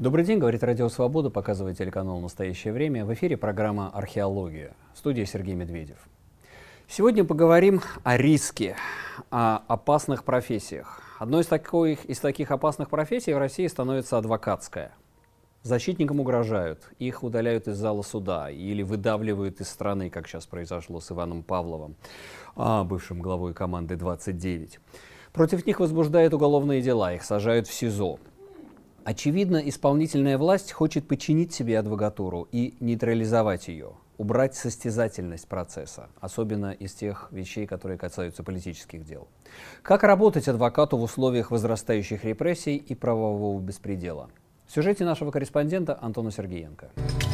Добрый день, говорит Радио Свобода, показывает телеканал «Настоящее время». В эфире программа «Археология». Студия Сергей Медведев. Сегодня поговорим о риске, о опасных профессиях. Одной из таких опасных профессий в России становится адвокатская. Защитникам угрожают, их удаляют из зала суда или выдавливают из страны, как сейчас произошло с Иваном Павловым, бывшим главой команды 29. Против них возбуждают уголовные дела, их сажают в СИЗО. Очевидно, исполнительная власть хочет подчинить себе адвокатуру и нейтрализовать ее, убрать состязательность процесса, особенно из тех вещей, которые касаются политических дел. Как работать адвокату в условиях возрастающих репрессий и правового беспредела? В сюжете нашего корреспондента Антона Сергеенко.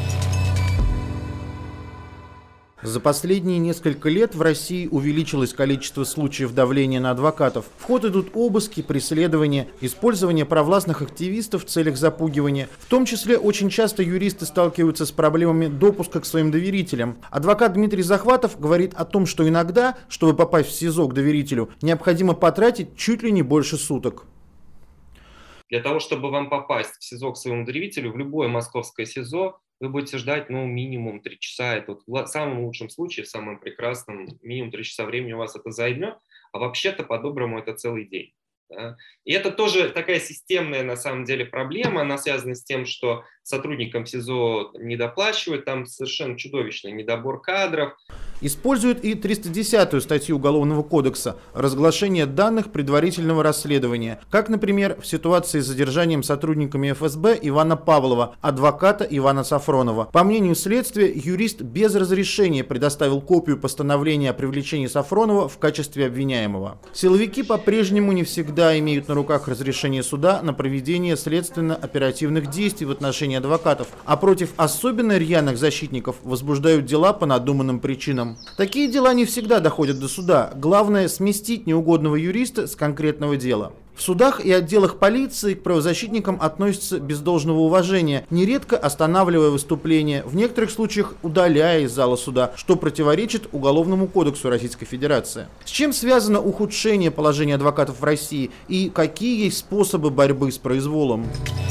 За последние несколько лет в России увеличилось количество случаев давления на адвокатов. В ход идут обыски, преследования, использование провластных активистов в целях запугивания. В том числе очень часто юристы сталкиваются с проблемами допуска к своим доверителям. Адвокат Дмитрий Захватов говорит о том, что иногда, чтобы попасть в СИЗО к доверителю, необходимо потратить чуть ли не больше суток. Для того, чтобы вам попасть в СИЗО к своему доверителю, в любое московское СИЗО, вы будете ждать, минимум 3 часа. Это в самом лучшем случае, в самом прекрасном, минимум 3 часа времени у вас это займет, а вообще-то по-доброму это целый день. Да? И это тоже такая системная, на самом деле, проблема. Она связана с тем, что сотрудникам СИЗО недоплачивают, там совершенно чудовищный недобор кадров. Используют и 310-ю статью Уголовного кодекса «Разглашение данных предварительного расследования», как, например, в ситуации с задержанием сотрудниками ФСБ Ивана Павлова, адвоката Ивана Сафронова. По мнению следствия, юрист без разрешения предоставил копию постановления о привлечении Сафронова в качестве обвиняемого. Силовики по-прежнему не всегда имеют на руках разрешение суда на проведение следственно-оперативных действий в отношении адвокатов, а против особенно рьяных защитников возбуждают дела по надуманным причинам. Такие дела не всегда доходят до суда. Главное — сместить неугодного юриста с конкретного дела. В судах и отделах полиции к правозащитникам относятся без должного уважения, нередко останавливая выступления, в некоторых случаях удаляя из зала суда, что противоречит Уголовному кодексу Российской Федерации. С чем связано ухудшение положения адвокатов в России и какие есть способы борьбы с произволом?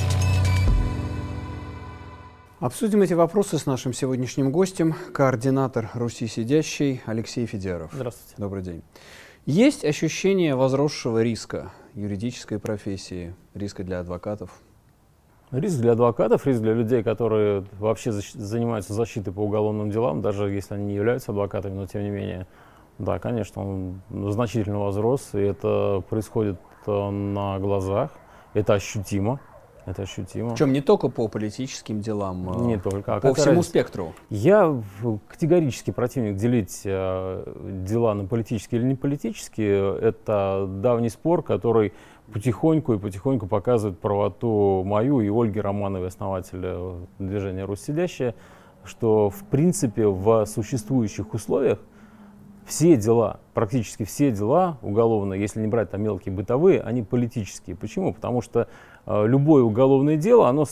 Обсудим эти вопросы с нашим сегодняшним гостем, координатор «Руси сидящей» Алексей Федяров. Здравствуйте. Добрый день. Есть ощущение возросшего риска юридической профессии, риска для адвокатов? Риск для адвокатов, риск для людей, которые вообще занимаются защитой по уголовным делам, даже если они не являются адвокатами, но тем не менее, да, конечно, он значительно возрос, и это происходит на глазах, это ощутимо. Это ощутимо. Причем не только по политическим делам, не только, по всему спектру. Я категорически противник делить дела на политические или не политические. Это давний спор, который потихоньку показывает правоту мою и Ольги Романовой, основателя движения «Русь сидящая», что в принципе в существующих условиях все дела, практически все дела уголовные, если не брать там мелкие бытовые, они политические. Почему? Потому что любое уголовное дело, оно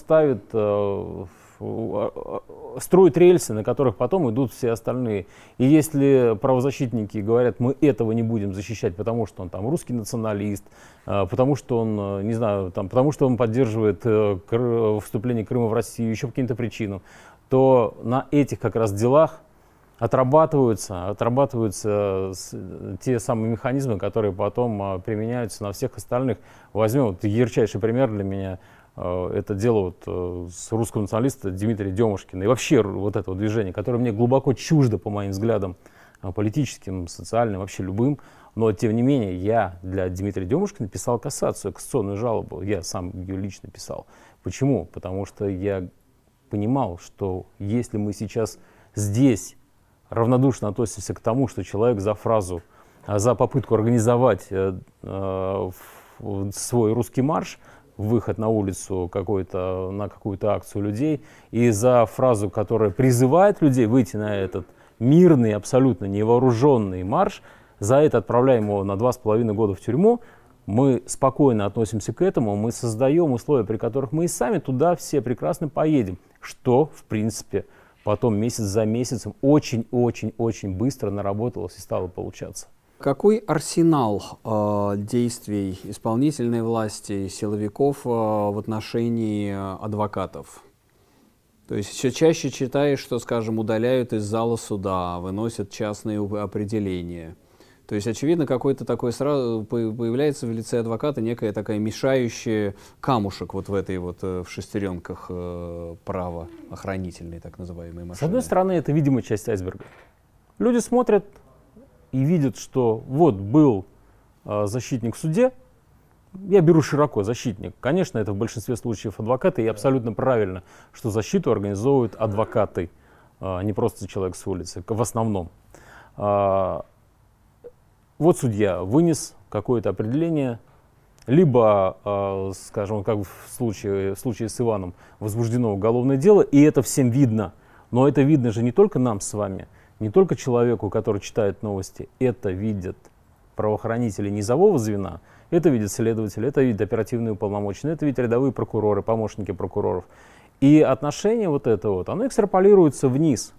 строит рельсы, на которых потом идут все остальные. И если правозащитники говорят, мы этого не будем защищать, потому что он там русский националист, потому что он, не знаю, потому что он поддерживает вступление Крыма в Россию, еще по каким-то причинам, то на этих как раз делах отрабатываются те самые механизмы, которые потом применяются на всех остальных. Возьмем ярчайший пример для меня. Это дело с русского националиста Дмитрия Демушкина. И вообще этого движения, которое мне глубоко чуждо, по моим взглядам, политическим, социальным, вообще любым. Но, тем не менее, я для Дмитрия Демушкина писал кассационную жалобу. Я сам ее лично писал. Почему? Потому что я понимал, что если мы сейчас здесь равнодушно относимся к тому, что человек за попытку организовать свой русский марш, выход на улицу на какую-то акцию людей, и за фразу, которая призывает людей выйти на этот мирный, абсолютно невооруженный марш, за это отправляем его на 2,5 года в тюрьму, мы спокойно относимся к этому, мы создаем условия, при которых мы и сами туда все прекрасно поедем, что, в принципе, потом месяц за месяцем очень-очень-очень быстро наработалось и стало получаться. Какой арсенал действий исполнительной власти, силовиков в отношении адвокатов? То есть все чаще читаешь, что, скажем, удаляют из зала суда, выносят частные определения. То есть, очевидно, какой-то такой сразу появляется в лице адвоката некая такая мешающая камушек вот в этой вот в шестеренках правоохранительной, так называемой машины. С одной стороны, это видимая часть айсберга. Люди смотрят и видят, что вот был защитник в суде. Я беру широко защитник. Конечно, это в большинстве случаев адвокаты, и абсолютно правильно, что защиту организовывают адвокаты, не просто человек с улицы, в основном. Вот судья вынес какое-то определение, либо, скажем, как в случае с Иваном, возбуждено уголовное дело, и это всем видно. Но это видно же не только нам с вами, не только человеку, который читает новости, это видят правоохранители низового звена, это видят следователи, это видят оперативные уполномоченные, это видят рядовые прокуроры, помощники прокуроров. И отношение вот это вот, оно экстраполируется вниз.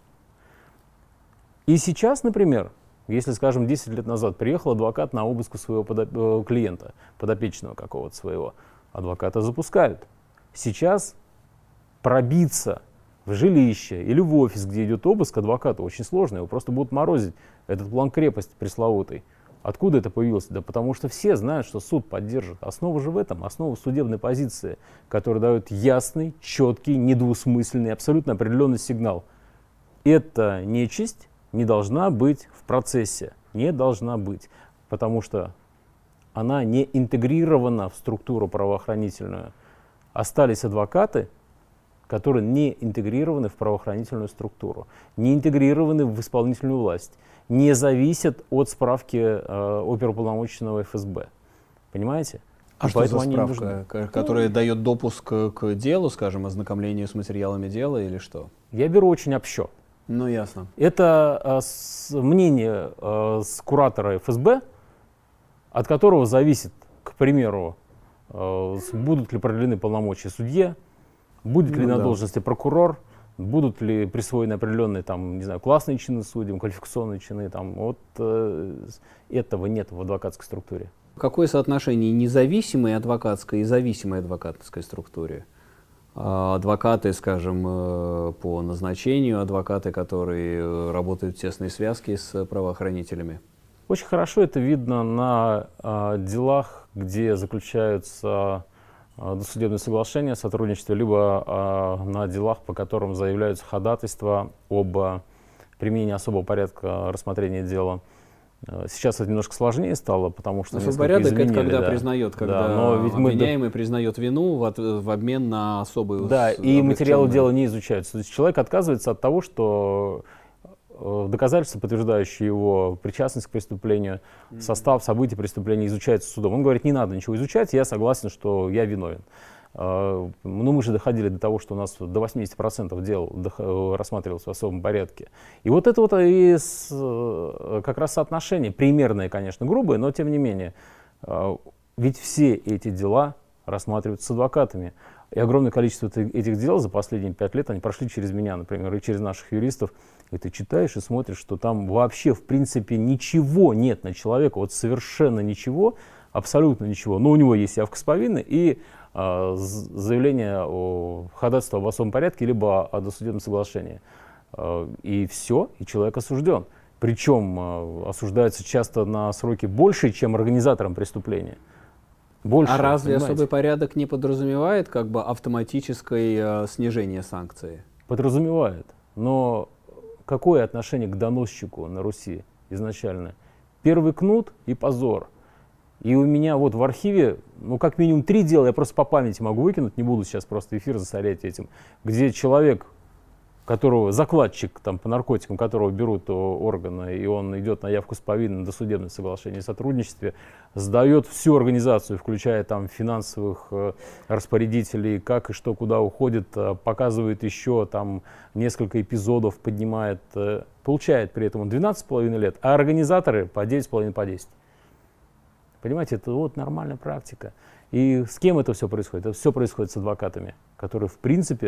И сейчас, например, если, скажем, 10 лет назад приехал адвокат на обыск у своего клиента, подопечного какого-то своего, адвоката запускают. Сейчас пробиться в жилище или в офис, где идет обыск адвоката, очень сложно, его просто будут морозить, этот план крепости пресловутый. Откуда это появилось? Да потому что все знают, что суд поддержит. Основа же в этом, основа судебной позиции, которая дает ясный, четкий, недвусмысленный, абсолютно определенный сигнал. Эта нечисть не должна быть в процессе, не должна быть, потому что она не интегрирована в структуру правоохранительную. Остались адвокаты, которые не интегрированы в правоохранительную структуру, не интегрированы в исполнительную власть, не зависят от справки оперуполномоченного ФСБ. Понимаете? А что за справка, которая дает допуск к делу, скажем, ознакомлению с материалами дела или что? Я беру очень общо. Ну, ясно. Это мнение с куратора ФСБ, от которого зависит, к примеру, будут ли продлены полномочия судье, будет ли на должности прокурор, будут ли присвоены определенные там, не знаю, классные чины судьям, квалификационные чины. Там, вот этого нет в адвокатской структуре. Какое соотношение независимой адвокатской и зависимой адвокатской структуре? Адвокаты, скажем, по назначению, адвокаты, которые работают в тесной связке с правоохранителями? Очень хорошо это видно на делах, где заключаются досудебные соглашения о сотрудничестве, либо на делах, по которым заявляются ходатайства об применении особого порядка рассмотрения дела. Сейчас это немножко сложнее стало, потому что особый порядок изменили, это когда признает, когда но ведь обвиняемый признает вину в обмен на особую. Да, и материалы дела не изучаются. То есть человек отказывается от того, что доказательства, подтверждающие его причастность к преступлению, состав событий преступления изучается судом. Он говорит, не надо ничего изучать, я согласен, что я виновен. Но мы же доходили до того, что у нас до 80% дел рассматривалось в особом порядке. И вот это вот как раз соотношение, примерное, конечно, грубое, но тем не менее. Ведь все эти дела рассматриваются с адвокатами. И огромное количество этих дел за последние 5 лет, они прошли через меня, например, и через наших юристов. И ты читаешь и смотришь, что там вообще, в принципе, ничего нет на человека, вот совершенно ничего, абсолютно ничего. Но у него есть явка с повинной и заявление о ходатайстве об особом порядке, либо о досудебном соглашении. И все, и человек осужден. Причем осуждается часто на сроки больше, чем организатором преступления. Больше, разве особый порядок не подразумевает как бы автоматическое снижение санкций? Подразумевает. Но какое отношение к доносчику на Руси изначально? Первый кнут и позор. И у меня вот в архиве, ну, как минимум 3 дела, я просто по памяти могу выкинуть, не буду сейчас просто эфир засорять этим, где человек, которого, закладчик там, по наркотикам, которого берут органы, и он идет на явку с повинной на досудебное соглашение о сотрудничестве, сдает всю организацию, включая там финансовых распорядителей, как и что, куда уходит, показывает еще там несколько эпизодов, поднимает, получает при этом 12,5 лет, а организаторы по 9,5, по 10. Понимаете, это вот нормальная практика. И с кем это все происходит? Это все происходит с адвокатами, которые, в принципе,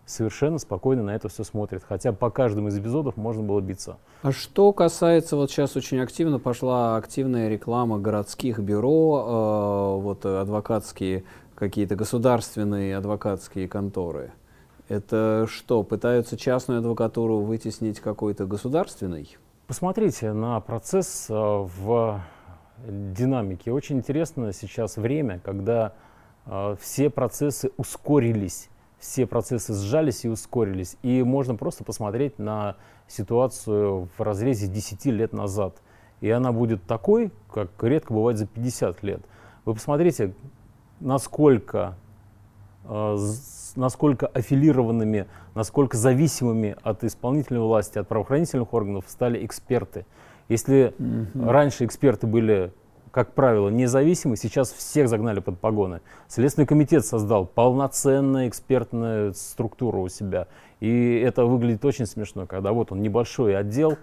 совершенно спокойно на это все смотрят. Хотя по каждому из эпизодов можно было биться. А что касается, вот сейчас очень активно пошла активная реклама городских бюро, вот адвокатские, какие-то государственные адвокатские конторы. Это что, пытаются частную адвокатуру вытеснить какой-то государственной? Посмотрите на процесс в динамике. Очень интересно сейчас время, когда все процессы ускорились. Все процессы сжались и ускорились. И можно просто посмотреть на ситуацию в разрезе 10 лет назад. И она будет такой, как редко бывает за 50 лет. Вы посмотрите, насколько аффилированными, насколько зависимыми от исполнительной власти, от правоохранительных органов стали эксперты. Если раньше эксперты были, как правило, независимы, сейчас всех загнали под погоны. Следственный комитет создал полноценную экспертную структуру у себя. И это выглядит очень смешно, когда вот он небольшой отдел,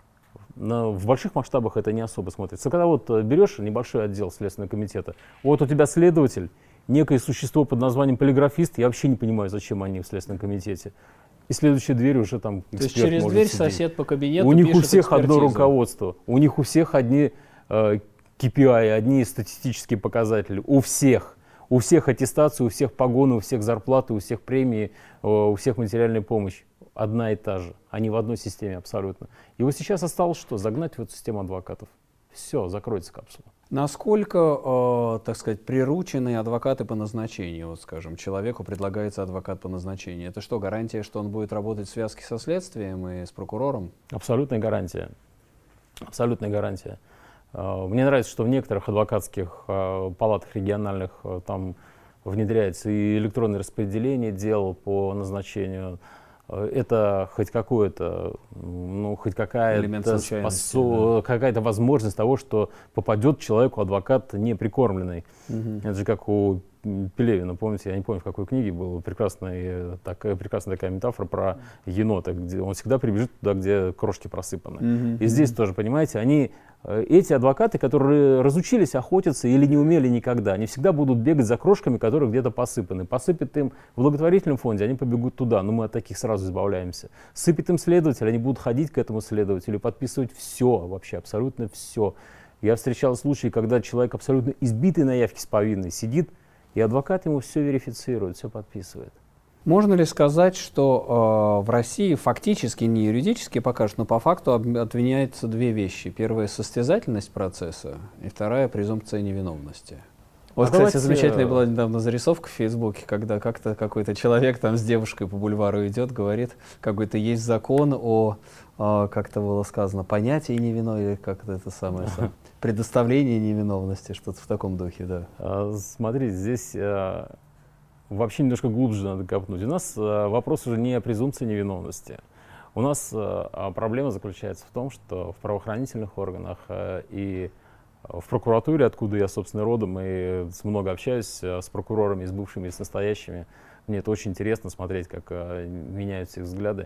в больших масштабах это не особо смотрится. Когда вот берешь небольшой отдел Следственного комитета, вот у тебя следователь, некое существо под названием полиграфист, я вообще не понимаю, зачем они в Следственном комитете. И следующая дверь уже там эксперт. То есть через может дверь сидеть. сосед по кабинету У них у пишет всех одно экспертизу. руководство, у них у всех одни KPI, одни статистические показатели. У всех аттестации, у всех погоны, у всех зарплаты, у всех премии, у всех материальная помощь. Одна и та же. Они в одной системе абсолютно. И вот сейчас осталось что? Загнать в эту систему адвокатов. Все, закроется капсула. Насколько, так сказать, приручены адвокаты по назначению? Вот, скажем, человеку предлагается адвокат по назначению. Это что, гарантия, что он будет работать в связке со следствием и с прокурором? Абсолютная гарантия. Абсолютная гарантия. Мне нравится, что в некоторых адвокатских палатах региональных там внедряется и электронное распределение дел по назначению. Это хоть какое-то, ну, хоть какая-то возможность того, что попадет человеку адвокат не прикормленный. Это же как у Пелевина, помните, я не помню, в какой книге была прекрасная такая метафора про енота, где он всегда прибежит туда, где крошки просыпаны. И здесь тоже, понимаете, эти адвокаты, которые разучились охотиться или не умели никогда, они всегда будут бегать за крошками, которые где-то посыпаны. Посыпят им в благотворительном фонде, они побегут туда, но мы от таких сразу избавляемся. Сыпет им следователь, они будут ходить к этому следователю, подписывать все, вообще абсолютно все. Я встречал случаи, когда человек абсолютно избитый на явке с повинной сидит, и адвокат ему все верифицирует, все подписывает. Можно ли сказать, что в России фактически, не юридически пока что, но по факту обвиняются две вещи. Первая — состязательность процесса, и вторая — презумпция невиновности. Вот, кстати, замечательная была недавно зарисовка в Фейсбуке, когда как-то какой-то человек там с девушкой по бульвару идет, говорит, какой-то есть закон о, как-то было сказано, понятии невиновности, или как-то это самое, предоставление невиновности, что-то в таком духе, да. Смотрите, здесь вообще немножко глубже надо копнуть. У нас вопрос уже не о презумпции невиновности. У нас проблема заключается в том, что в правоохранительных органах и в прокуратуре, откуда я, собственно, родом, и много общаюсь с прокурорами, с бывшими, и с настоящими, мне это очень интересно смотреть, как меняются их взгляды.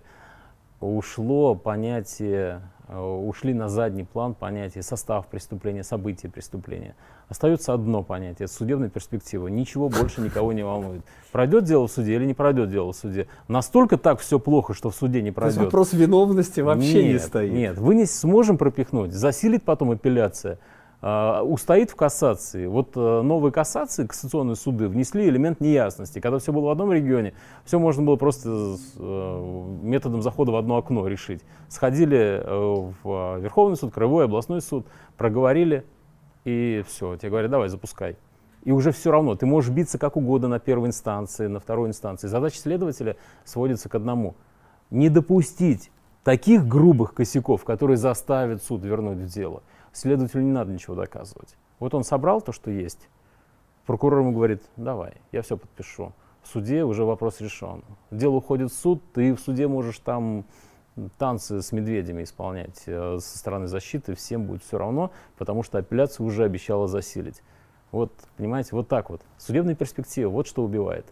Ушли на задний план понятия состав преступления, события преступления. Остается одно понятие — это судебная перспектива. Ничего больше никого не волнует. Пройдет дело в суде или не пройдет дело в суде. Настолько так все плохо, что в суде не пройдет. То есть вопрос виновности вообще не стоит. Нет, вынести сможем пропихнуть, засилит потом апелляция. Устоит в кассации. Вот новые кассации, кассационные суды, внесли элемент неясности. Когда все было в одном регионе, все можно было просто методом захода в одно окно решить. Сходили в Верховный суд, Краевой, областной суд, проговорили, и все. Тебе говорят, давай, запускай. И уже все равно, ты можешь биться как угодно на первой инстанции, на второй инстанции. Задача следователя сводится к одному: не допустить таких грубых косяков, которые заставят суд вернуть в дело. Следователю не надо ничего доказывать. Вот он собрал то, что есть. Прокурор ему говорит, давай, я все подпишу. В суде уже вопрос решен. Дело уходит в суд, ты в суде можешь там танцы с медведями исполнять со стороны защиты, всем будет все равно, потому что апелляция уже обещала засилить. Вот, понимаете, вот так вот. Судебная перспектива, вот что убивает.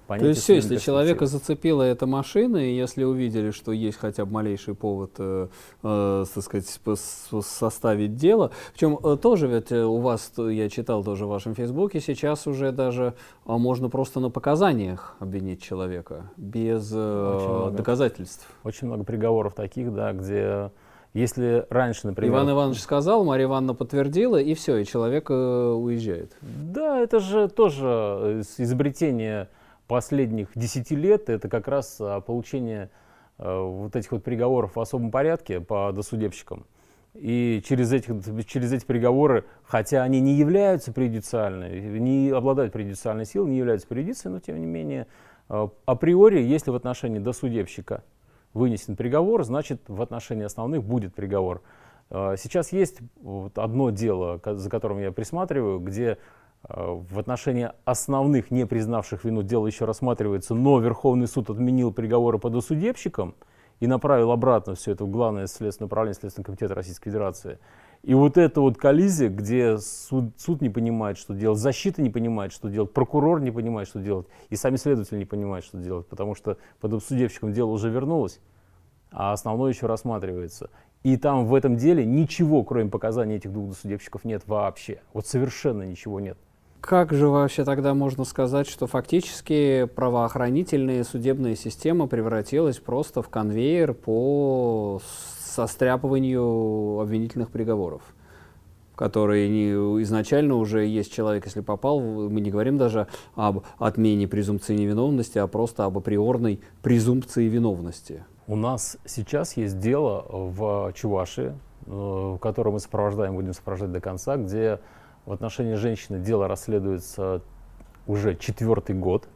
То есть все, если человека зацепила эта машина, и если увидели, что есть хотя бы малейший повод, так сказать, составить дело, причем тоже ведь у вас, я читал тоже в вашем Фейсбуке, сейчас уже даже можно просто на показаниях обвинить человека, без доказательств. Очень много приговоров таких, да, где... Если раньше, например... Иван Иванович сказал, Марья Ивановна подтвердила, и все, и человек уезжает. Да, это же тоже изобретение последних 10 лет. Это как раз получение вот этих вот приговоров в особом порядке по досудебщикам. И через эти приговоры, хотя они не являются преюдициальными, не обладают преюдициальной силой, не являются преюдицией, но тем не менее, априори, если в отношении досудебщика вынесен приговор, значит, в отношении основных будет приговор. Сейчас есть вот одно дело, за которым я присматриваю, где в отношении основных, не признавших вину, дело еще рассматривается, но Верховный суд отменил приговоры по досудебщикам и направил обратно все это в Главное следственное управление Следственного комитета Российской Федерации. И вот эта вот коллизия, где суд не понимает, что делать, защита не понимает, что делать, прокурор не понимает, что делать, и сами следователи не понимают, что делать, потому что под досудебщиком дело уже вернулось, а основное еще рассматривается. И там в этом деле ничего, кроме показаний этих двух досудебщиков, нет вообще. Вот совершенно ничего нет. Как же вообще тогда можно сказать, что фактически правоохранительная судебная система превратилась просто в конвейер по состряпыванию обвинительных приговоров, в которые изначально уже есть человек, если попал, мы не говорим даже об отмене презумпции невиновности, а просто об априорной презумпции виновности. У нас сейчас есть дело в Чувашии, которое мы сопровождаем, будем сопровождать до конца, где в отношении женщины дело расследуется уже четвертый год.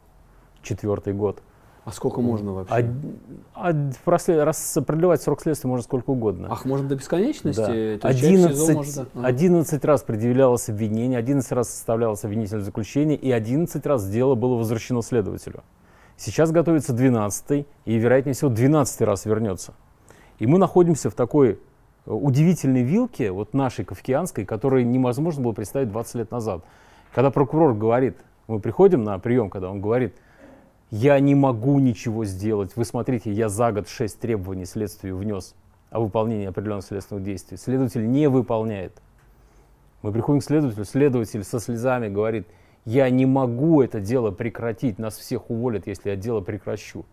А сколько можно вообще? Продлевать срок следствия можно сколько угодно. Ах, можно до бесконечности? Да. 11 раз предъявлялось обвинение, 11 раз составлялось обвинительное заключение, и 11 раз дело было возвращено следователю. Сейчас готовится 12-й, и, вероятнее всего, 12-й раз вернется. И мы находимся в такой удивительной вилке, вот нашей кафкианской, которую невозможно было представить 20 лет назад. Когда прокурор говорит, мы приходим на прием, когда он говорит: я не могу ничего сделать, вы смотрите, я за год 6 требований следствию внес о выполнении определенных следственных действий. Следователь не выполняет. Мы приходим к следователю, следователь со слезами говорит: я не могу это дело прекратить, нас всех уволят, если я дело прекращу.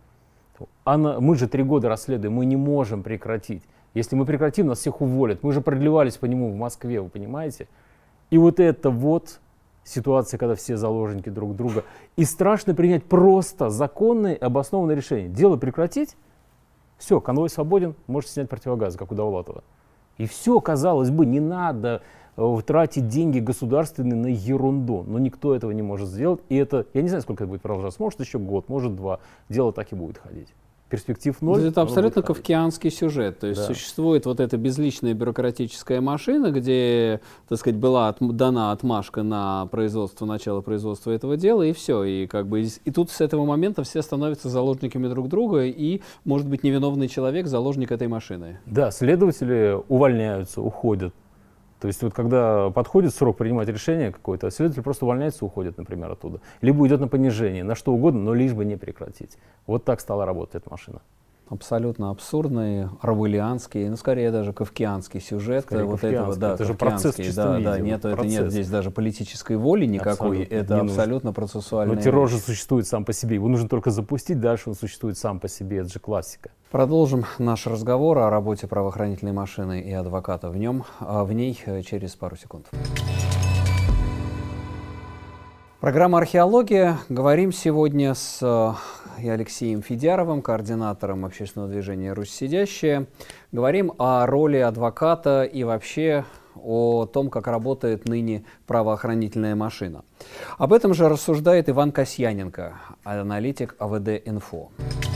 Мы же 3 года расследуем, мы не можем прекратить. Если мы прекратим, нас всех уволят. Мы же продлевались по нему в Москве, вы понимаете? И вот это вот ситуация, когда все заложники друг друга. И страшно принять просто законное обоснованное решение. Дело прекратить, все, конвой свободен, можете снять противогаз, как у Довлатова. И все, казалось бы, не надо тратить деньги государственные на ерунду. Но никто этого не может сделать. И это, я не знаю, сколько это будет продолжаться. Может еще год, может 2. Дело так и будет ходить. Перспектив 0. Это абсолютно кафкианский сюжет. То есть существует вот эта безличная бюрократическая машина, где, так сказать, была дана отмашка на производство, начало производства этого дела, и все. И, как бы, и тут с этого момента все становятся заложниками друг друга, и, может быть, невиновный человек заложник этой машины. Да, следователи увольняются, уходят. То есть вот когда подходит срок принимать решение какое-то, следователь просто увольняется, уходит, например, оттуда. Либо идет на понижение, на что угодно, но лишь бы не прекратить. Вот так стала работать эта машина. Абсолютно абсурдный, орвелианский, ну скорее даже кафкианский сюжет. Скорее вот этого, да, это же процесс в чистом виде. Да, нет здесь даже политической воли никакой, абсолютно, это абсолютно процессуальная. Но террор же существует сам по себе, его нужно только запустить, дальше он существует сам по себе, это же классика. Продолжим наш разговор о работе правоохранительной машины и адвоката в ней через пару секунд. Программа «Археология». Говорим сегодня с Алексеем Федяровым, координатором общественного движения «Русь сидящая». Говорим о роли адвоката и вообще о том, как работает ныне правоохранительная машина. Об этом же рассуждает Иван Касьяненко, аналитик АВД-Инфо.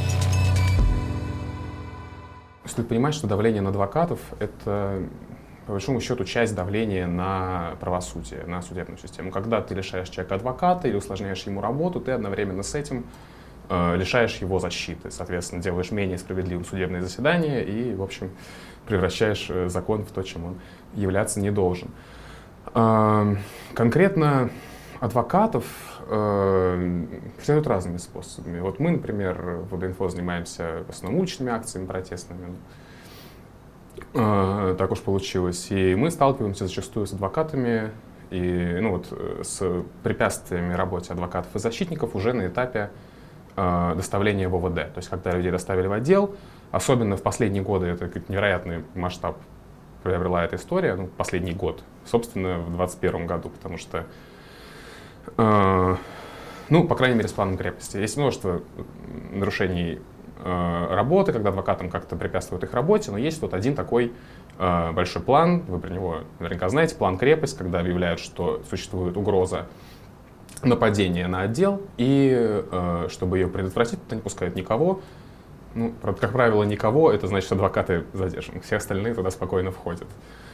Стоит понимать, что давление на адвокатов – это, по большому счету, часть давления на правосудие, на судебную систему. Когда ты лишаешь человека адвоката или усложняешь ему работу, ты одновременно с этим лишаешь его защиты. Соответственно, делаешь менее справедливым судебные заседания и, в общем, превращаешь закон в то, чем он являться не должен. Конкретно адвокатов преследуют разными способами. Вот мы, например, в ВД-Инфо занимаемся в основном уличными акциями протестными. Так уж получилось. И мы сталкиваемся зачастую с адвокатами и с препятствиями работе адвокатов и защитников уже на этапе доставления в ОВД. То есть когда людей доставили в отдел, особенно в последние годы, это невероятный масштаб приобрела эта история, последний год, собственно, в 2021 году, потому что, по крайней мере, с планом крепости. Есть множество нарушений работы, когда адвокатам как-то препятствуют их работе, но есть вот один такой большой план, вы про него наверняка знаете, план крепость, когда объявляют, что существует угроза нападения на отдел, и чтобы ее предотвратить, то не пускают никого. Как правило, никого, это значит, адвокаты задержаны, все остальные туда спокойно входят.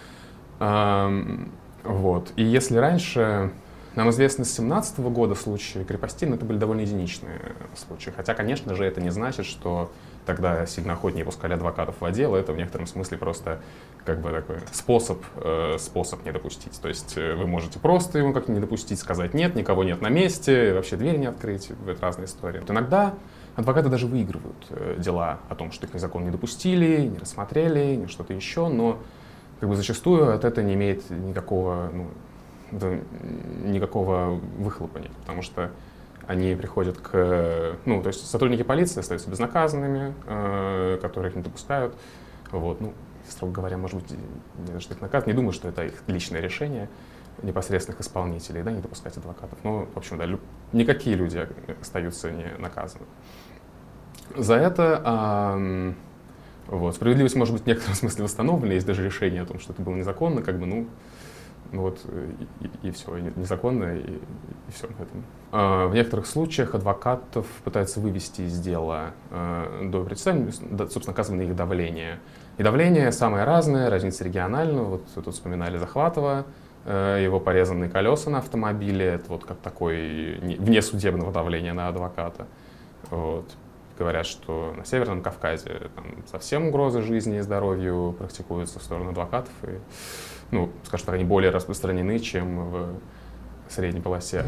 Вот. И если раньше, нам известно с 2017 года случаи крепостей, но это были довольно единичные случаи. Хотя, конечно же, это не значит, что тогда сильно охотнее пускали адвокатов в отдел. Это в некотором смысле просто такой способ не допустить. То есть вы можете просто его как-то не допустить, сказать нет, никого нет на месте, вообще двери не открыть. Это разные истории. Вот иногда адвокаты даже выигрывают дела о том, что их незаконно не допустили, не рассмотрели, ни что-то еще, но зачастую от этого не имеет никакого выхлопа нет, потому что они приходят то есть сотрудники полиции остаются безнаказанными, которые их не допускают. Вот, строго говоря, может быть, не за что их наказывать. Не думаю, что это их личное решение непосредственных исполнителей, не допускать адвокатов. Но, в общем, никакие люди остаются не наказаны. За это справедливость может быть в некотором смысле восстановлена, есть даже решение о том, что это было незаконно, и все, незаконно, и все на этом. В некоторых случаях адвокатов пытаются вывести из дела до представления, собственно, оказывается их давление. И давление самое разное, разница региональная. Вот тут вспоминали Захватова, его порезанные колеса на автомобиле, это как такое внесудебного давления на адвоката. Вот. Говорят, что на Северном Кавказе там совсем угрозы жизни и здоровью практикуются в сторону адвокатов. И, скажем так, они более распространены, чем в средней полосе.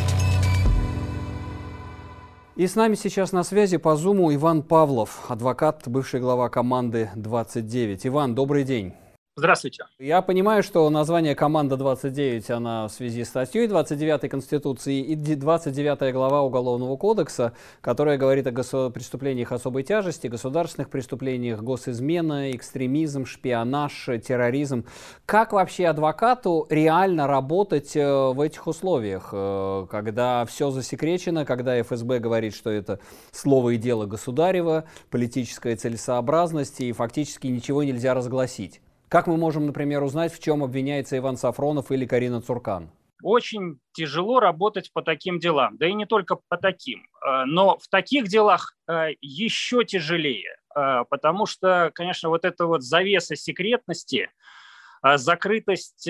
И с нами сейчас на связи по Зуму Иван Павлов, адвокат, бывший глава команды 29. Иван, добрый день. Здравствуйте. Я понимаю, что название «Команда 29», она в связи с статьей 29 Конституции и 29 глава Уголовного кодекса, которая говорит о преступлениях особой тяжести, государственных преступлениях, госизмена, экстремизм, шпионаж, терроризм. Как вообще адвокату реально работать в этих условиях, когда все засекречено, когда ФСБ говорит, что это слово и дело государева, политическая целесообразность, и фактически ничего нельзя разгласить? Как мы можем, например, узнать, в чем обвиняется Иван Сафронов или Карина Цуркан? Очень тяжело работать по таким делам, да и не только по таким. Но в таких делах еще тяжелее, потому что, конечно, вот эта вот завеса секретности, закрытость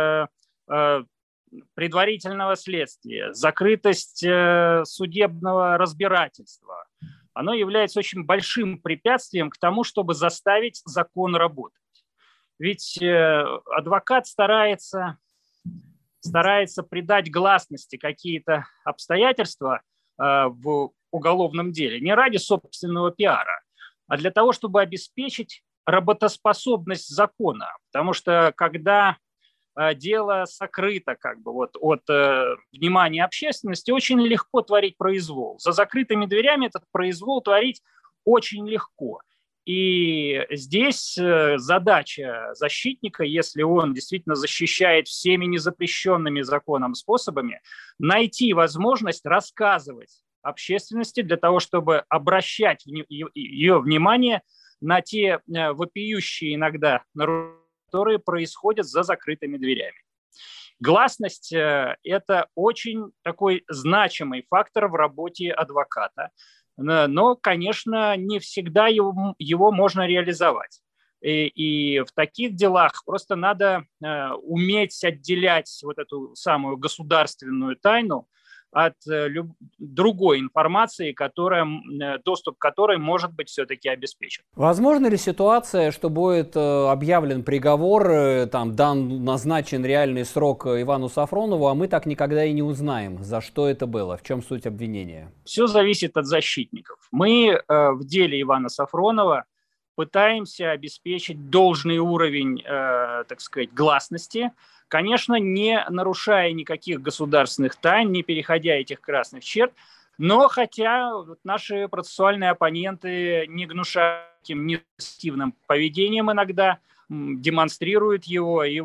предварительного следствия, закрытость судебного разбирательства, оно является очень большим препятствием к тому, чтобы заставить закон работать. Ведь адвокат старается придать гласности какие-то обстоятельства в уголовном деле не ради собственного пиара, а для того, чтобы обеспечить работоспособность закона. Потому что когда дело сокрыто от внимания общественности, очень легко творить произвол. За закрытыми дверями этот произвол творить очень легко. И здесь задача защитника, если он действительно защищает всеми незапрещенными законом способами, найти возможность рассказывать общественности для того, чтобы обращать ее внимание на те вопиющие иногда нарушения, которые происходят за закрытыми дверями. Гласность – это очень такой значимый фактор в работе адвоката. Но, конечно, не всегда его можно реализовать. И в таких делах просто надо уметь отделять вот эту самую государственную тайну от другой информации, доступ к которой может быть все-таки обеспечен. Возможно ли ситуация, что будет объявлен приговор, назначен реальный срок Ивану Сафронову, а мы так никогда и не узнаем, за что это было, в чем суть обвинения? Все зависит от защитников. Мы в деле Ивана Сафронова пытаемся обеспечить должный уровень, так сказать, гласности, конечно, не нарушая никаких государственных тайн, не переходя этих красных черт, но хотя наши процессуальные оппоненты не гнушают таким негативным поведением иногда, демонстрируют его, и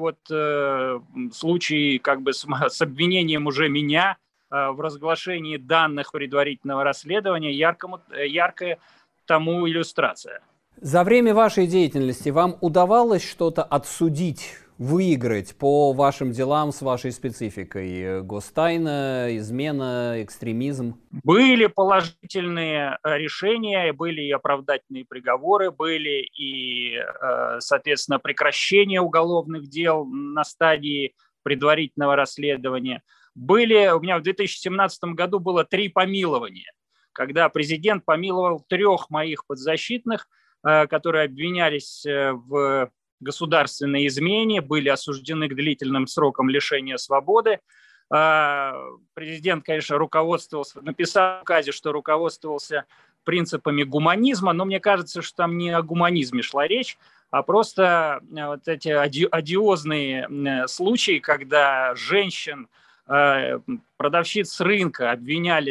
случай с обвинением уже меня в разглашении данных предварительного расследования яркая тому иллюстрация. За время вашей деятельности вам удавалось что-то отсудить, выиграть по вашим делам с вашей спецификой? Гостайна, измена, экстремизм? Были положительные решения, были и оправдательные приговоры, были и, соответственно, прекращение уголовных дел на стадии предварительного расследования. У меня в 2017 году было 3 помилования, когда президент помиловал 3 моих подзащитных, которые обвинялись в государственной измене, были осуждены к длительным срокам лишения свободы. Президент, конечно, написал в указе, что руководствовался принципами гуманизма, но мне кажется, что там не о гуманизме шла речь, а просто вот эти одиозные случаи, когда женщин, продавщиц с рынка обвиняли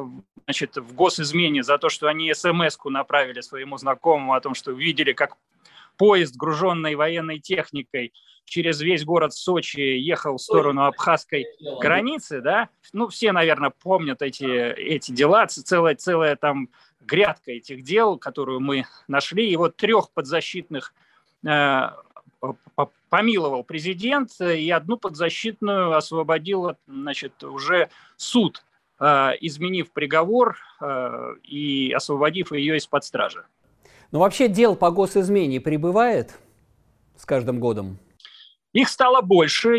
в госизмене за то, что они смс-ку направили своему знакомому о том, что увидели, как поезд, груженный военной техникой, через весь город Сочи ехал в сторону абхазской границы, да? Все, наверное, помнят эти дела, целая там грядка этих дел, которую мы нашли. И 3 подзащитных помиловал президент, и 1 подзащитную освободил, уже суд, изменив приговор и освободив ее из-под стражи. Но вообще дел по госизмене прибывает с каждым годом? Их стало больше.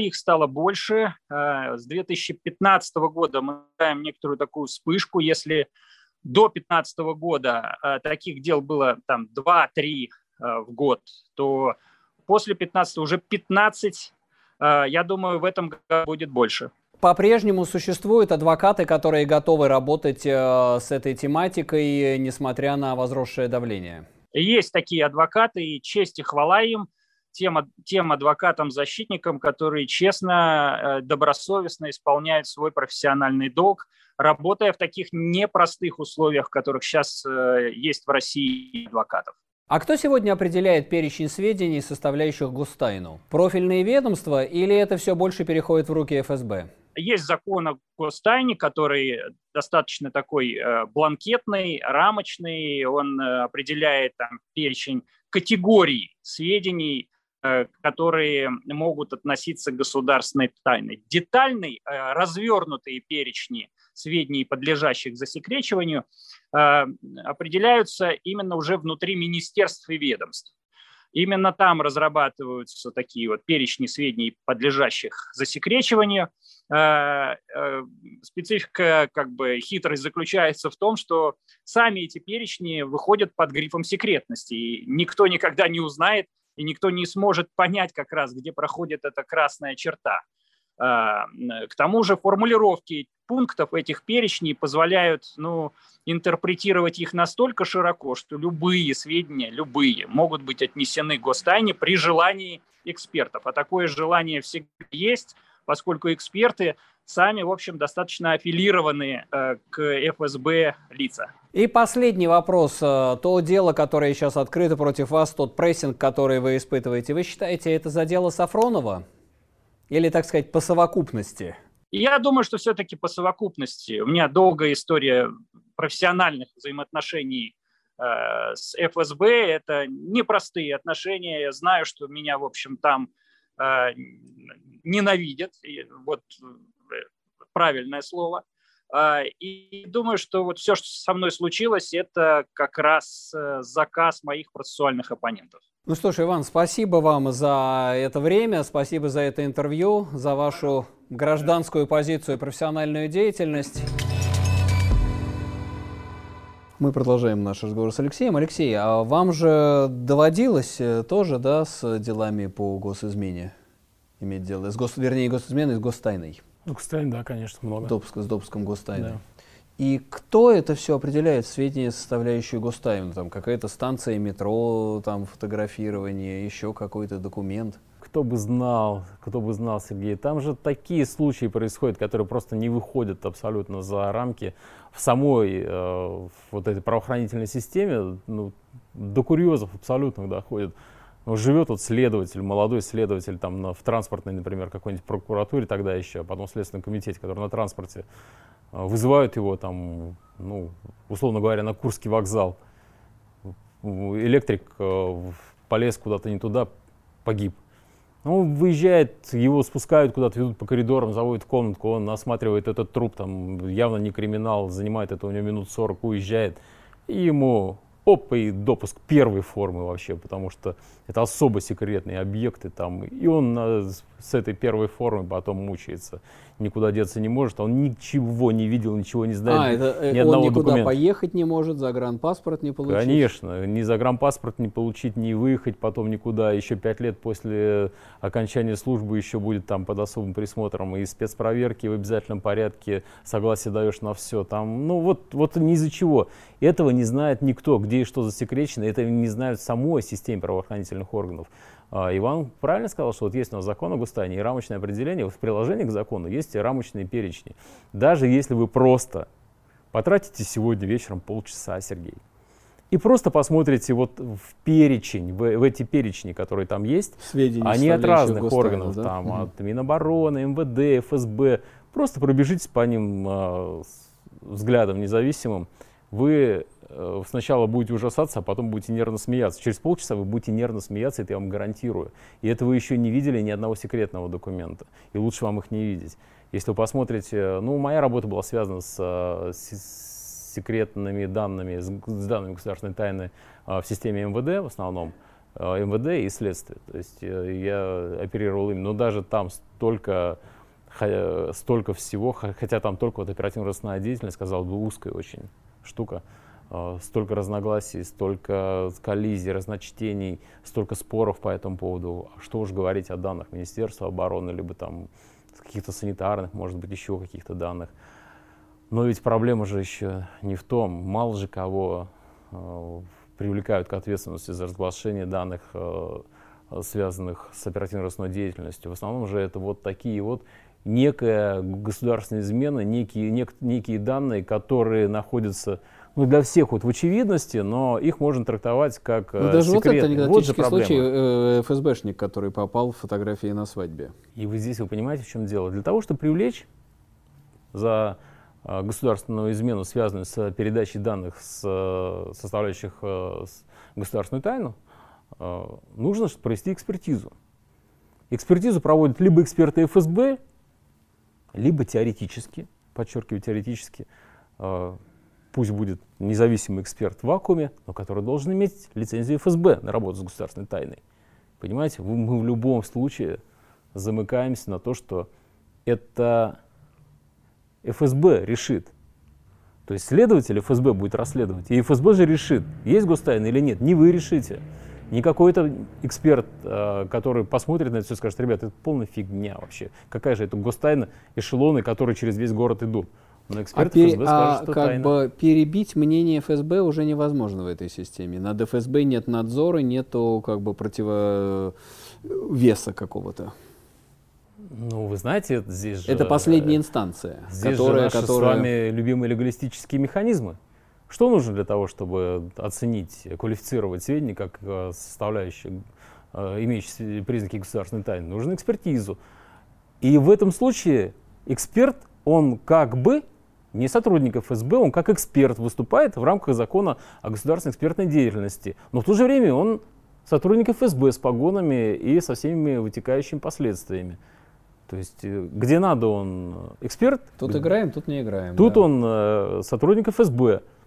С 2015 года мы наблюдаем некоторую такую вспышку. Если до 2015 года таких дел было 2-3 в год, то после 2015 уже 15. Я думаю, в этом году будет больше. По-прежнему существуют адвокаты, которые готовы работать с этой тематикой, несмотря на возросшее давление? Есть такие адвокаты, и честь и хвала им, тем адвокатам-защитникам, которые честно, добросовестно исполняют свой профессиональный долг, работая в таких непростых условиях, в которых сейчас есть в России адвокатов. А кто сегодня определяет перечень сведений, составляющих гостайну? Профильные ведомства или это все больше переходит в руки ФСБ? Есть закон о гостайне, который достаточно такой бланкетный, рамочный. Он определяет перечень категорий сведений, которые могут относиться к государственной тайне. Детальный, развернутые перечни сведений, подлежащих засекречиванию, определяются именно уже внутри министерств и ведомств. Именно там разрабатываются такие перечни сведений, подлежащих засекречиванию. Специфика, хитрость заключается в том, что сами эти перечни выходят под грифом секретности, и никто никогда не узнает, и никто не сможет понять как раз, где проходит эта красная черта. К тому же формулировки пунктов этих перечней позволяют интерпретировать их настолько широко, что любые сведения, могут быть отнесены к гостайне при желании экспертов. А такое желание всегда есть, поскольку эксперты сами, в общем, достаточно аффилированные к ФСБ лица. И последний вопрос. То дело, которое сейчас открыто против вас, тот прессинг, который вы испытываете, вы считаете, это за дело Сафронова? Или, так сказать, по совокупности? Я думаю, что все-таки по совокупности. У меня долгая история профессиональных взаимоотношений с ФСБ. Это непростые отношения. Я знаю, что меня, в общем, там ненавидят. Правильное слово. И думаю, что все, что со мной случилось, это как раз заказ моих процессуальных оппонентов. Ну что ж, Иван, спасибо вам за это время, спасибо за это интервью, за вашу гражданскую позицию и профессиональную деятельность. Мы продолжаем наш разговор с Алексеем. Алексей, а вам же доводилось тоже, да, с делами по госизмене иметь дело? Вернее, госизменой, с гостайной. Гостайна, да, конечно, много. С допуском гостайны. Да. И кто это все определяет, сведения, составляющие гостайну? Там какая-то станция метро, там фотографирование, еще какой-то документ? Кто бы знал, Сергей. Там же такие случаи происходят, которые просто не выходят абсолютно за рамки в самой вот этой правоохранительной системе. Ну, до курьезов абсолютно доходит. Ну, живет вот следователь, молодой следователь там в транспортной, например, какой-нибудь прокуратуре тогда еще, а потом в Следственном комитете, который на транспорте. Вызывают его там, ну, условно говоря, на Курский вокзал. Электрик полез куда-то не туда, погиб. Он выезжает, его спускают куда-то, ведут по коридорам, заводят в комнатку, он осматривает этот труп, там явно не криминал, занимает это у него минут 40, уезжает. И ему и допуск первой формы вообще, потому что это особо секретные объекты там. И он с этой первой формы потом мучается. Никуда деться не может, он ничего не видел, ничего не знает, ни одного он никуда документа. Поехать не может, загранпаспорт не получить? Конечно, ни загранпаспорт не получить, ни выехать потом никуда. Еще 5 лет после окончания службы еще будет там под особым присмотром и спецпроверки в обязательном порядке, согласие даешь на все. Там, ну вот ни из-за чего. Этого не знает никто, где и что засекречено, это не знают в самой системе правоохранительных органов. Иван правильно сказал, что вот есть у нас закон о гостайне и рамочное определение. Вот в приложении к закону есть рамочные перечни. Даже если вы просто потратите сегодня вечером полчаса, Сергей, и просто посмотрите вот в перечень, в эти перечни, которые там есть, сведения, они от разных гостайну, органов, да? там, от Минобороны, МВД, ФСБ, просто пробежитесь по ним взглядом независимым, вы сначала будете ужасаться, а потом будете нервно смеяться. Через полчаса вы будете нервно смеяться, это я вам гарантирую. И это вы еще не видели ни одного секретного документа. И лучше вам их не видеть. Если вы посмотрите, ну, моя работа была связана с секретными данными, с данными государственной тайны в системе МВД в основном, МВД и следствие. То есть я оперировал им, но даже там столько всего, хотя там только вот оперативно-розыскная деятельность, казалось бы, узкая очень штука. Столько разногласий, столько коллизий, разночтений, столько споров по этому поводу. Что уж говорить о данных Министерства обороны, либо там каких-то санитарных, может быть, еще каких-то данных. Но ведь проблема же еще не в том. Мало же кого привлекают к ответственности за разглашение данных, связанных с оперативно-розыскной деятельностью. В основном же это вот такие вот некая государственная измена, некие данные, которые находятся, ну, для всех вот в очевидности, но их можно трактовать как даже секретные. Вот это анекдотический вот случай ФСБшник, который попал в фотографии на свадьбе. И вы здесь, вы понимаете, в чем дело? Для того, чтобы привлечь за государственную измену, связанную с передачей данных, составляющих государственную тайну, нужно провести экспертизу. Экспертизу проводят либо эксперты ФСБ, либо теоретически, подчеркиваю, теоретически, пусть будет независимый эксперт в вакууме, но который должен иметь лицензию ФСБ на работу с государственной тайной. Понимаете, мы в любом случае замыкаемся на то, что это ФСБ решит. То есть следователь ФСБ будет расследовать, и ФСБ же решит, есть гостайна или нет. Не вы решите. Не какой-то эксперт, который посмотрит на это все и скажет: ребята, это полная фигня вообще. Какая же это гостайна, эшелоны, которые через весь город идут. Но эксперт ФСБ скажет, что как тайна. бы перебить мнение ФСБ уже невозможно в этой системе. Над ФСБ нет надзора, нету как бы противовеса какого-то. Ну, вы знаете, здесь же... Это последняя инстанция. Здесь же наши с вами любимые легалистические механизмы. Что нужно для того, чтобы оценить, квалифицировать сведения как составляющие, имеющие признаки государственной тайны? Нужно экспертизу. И в этом случае эксперт, он как бы не сотрудник ФСБ, он как эксперт выступает в рамках закона о государственной экспертной деятельности. Но в то же время он сотрудник ФСБ с погонами и со всеми вытекающими последствиями. То есть где надо, он эксперт. Тут играем, тут не играем. Тут да. он сотрудник ФСБ.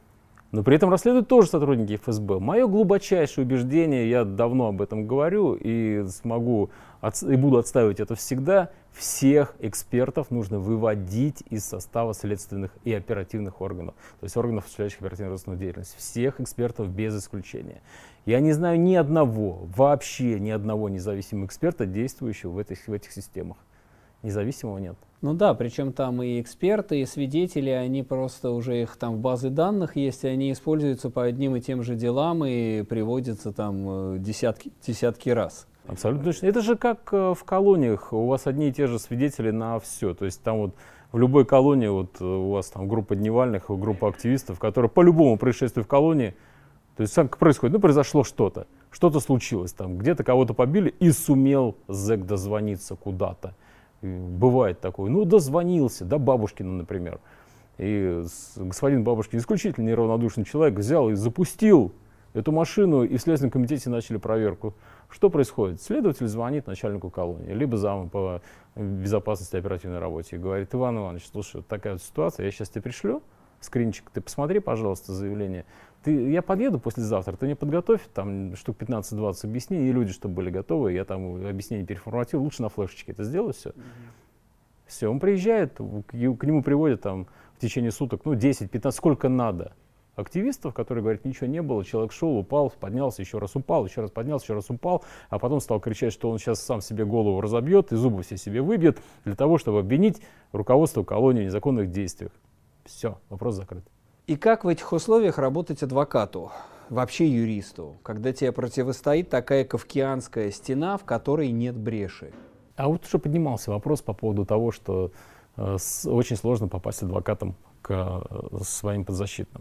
Но при этом расследуют тоже сотрудники ФСБ. Мое глубочайшее убеждение, я давно об этом говорю и буду отстаивать это всегда, всех экспертов нужно выводить из состава следственных и оперативных органов, то есть органов, осуществляющих оперативно-розыскную деятельность. Всех экспертов без исключения. Я не знаю ни одного, вообще ни одного независимого эксперта, действующего в этих системах. Независимого нет. Ну да, причем там и эксперты, и свидетели, они просто уже их там в базе данных есть, и они используются по одним и тем же делам и приводятся там десятки раз. Абсолютно точно. Это же как в колониях, у вас одни и те же свидетели на все. То есть там вот в любой колонии вот у вас там группа дневальных, группа активистов, которые по любому происшествию в колонии, то есть как происходит, ну произошло что-то случилось там, где-то кого-то побили и сумел зэк дозвониться куда-то. Бывает такое. Ну, дозвонился, до Бабушкина, например. И господин Бабушкин, исключительно неравнодушный человек, взял и запустил эту машину, и в Следственном комитете начали проверку. Что происходит? Следователь звонит начальнику колонии, либо заму по безопасности и оперативной работе, и говорит: Иван Иванович, слушай, вот такая вот ситуация, я сейчас тебе пришлю скринчик, ты посмотри, пожалуйста, заявление. Я подъеду послезавтра, ты мне подготовь там штук 15-20 объяснений, и люди, чтобы были готовы, я там объяснение переформатирую, лучше на флешечке это сделаю все. Все, он приезжает, к нему приводят там в течение суток, 10-15, сколько надо активистов, которые говорят, ничего не было, человек шел, упал, поднялся, еще раз упал, еще раз поднялся, еще раз упал, а потом стал кричать, что он сейчас сам себе голову разобьет и зубы все себе выбьет для того, чтобы обвинить руководство колонии в незаконных действиях. Все, вопрос закрыт. И как в этих условиях работать адвокату, вообще юристу, когда тебе противостоит такая кавказская стена, в которой нет бреши? А вот уже поднимался вопрос по поводу того, что очень сложно попасть адвокатом к своим подзащитным.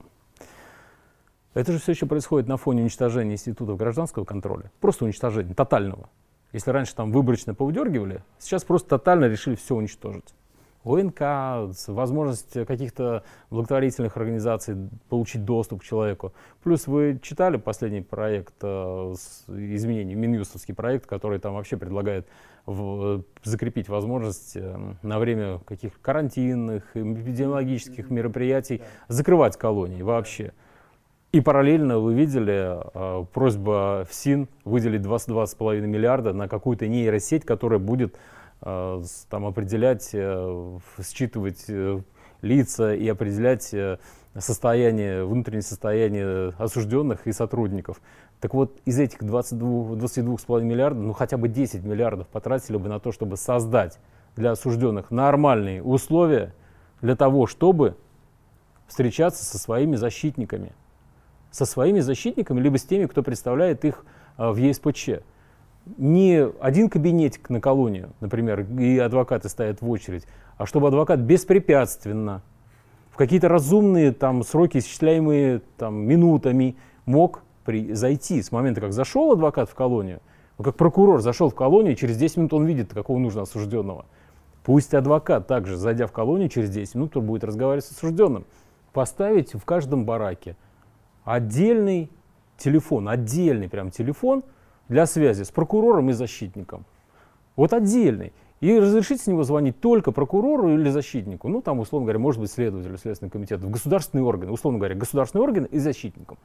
Это же все еще происходит на фоне уничтожения институтов гражданского контроля. Просто уничтожения, тотального. Если раньше там выборочно поудергивали, сейчас просто тотально решили все уничтожить. ОНК, возможность каких-то благотворительных организаций получить доступ к человеку. Плюс вы читали последний проект изменений, Минюстовский проект, который там вообще предлагает закрепить возможность на время каких-то карантинных, эпидемиологических мероприятий закрывать колонии вообще. И параллельно вы видели просьба ФСИН выделить 22,5 миллиарда на какую-то нейросеть, которая будет там определять, считывать лица и определять внутреннее состояние осужденных и сотрудников. Так вот, из этих 22,5 миллиардов, хотя бы 10 миллиардов потратили бы на то, чтобы создать для осужденных нормальные условия для того, чтобы встречаться со своими защитниками. Со своими защитниками, либо с теми, кто представляет их в ЕСПЧ. Не один кабинетик на колонию, например, и адвокаты стоят в очередь, а чтобы адвокат беспрепятственно, в какие-то разумные там сроки, исчисляемые там минутами, мог зайти с момента, как зашел адвокат в колонию, как прокурор зашел в колонию, через 10 минут он видит, какого нужно осужденного. Пусть адвокат также, зайдя в колонию, через 10 минут он будет разговаривать с осужденным. Поставить в каждом бараке отдельный телефон, отдельный прям телефон, для связи с прокурором и защитником. Вот отдельный. И разрешить с него звонить только прокурору или защитнику. Там, условно говоря, может быть следователю Следственного комитета, в государственные органы, условно говоря, государственные органы и защитникам.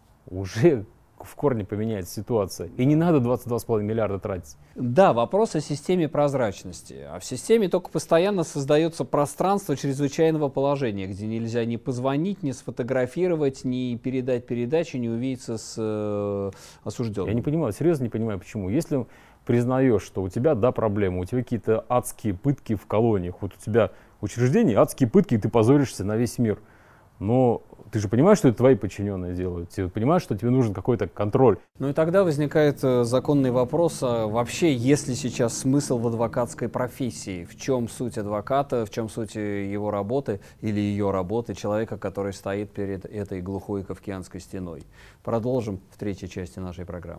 Уже в корне поменяется ситуация. И не надо 22,5 миллиарда тратить. Да, вопрос о системе прозрачности. А в системе только постоянно создается пространство чрезвычайного положения, где нельзя ни позвонить, ни сфотографировать, ни передать передачу, ни увидеться с осужденным. Я не понимаю, серьезно не понимаю, почему. Если признаешь, что у тебя, проблемы, у тебя какие-то адские пытки в колониях, вот у тебя учреждение, адские пытки, и ты позоришься на весь мир. Но ты же понимаешь, что это твои подчиненные делают, ты понимаешь, что тебе нужен какой-то контроль. И тогда возникает законный вопрос, а вообще есть ли сейчас смысл в адвокатской профессии? В чем суть адвоката, в чем суть его работы или ее работы, человека, который стоит перед этой глухой кавказской стеной? Продолжим в третьей части нашей программы.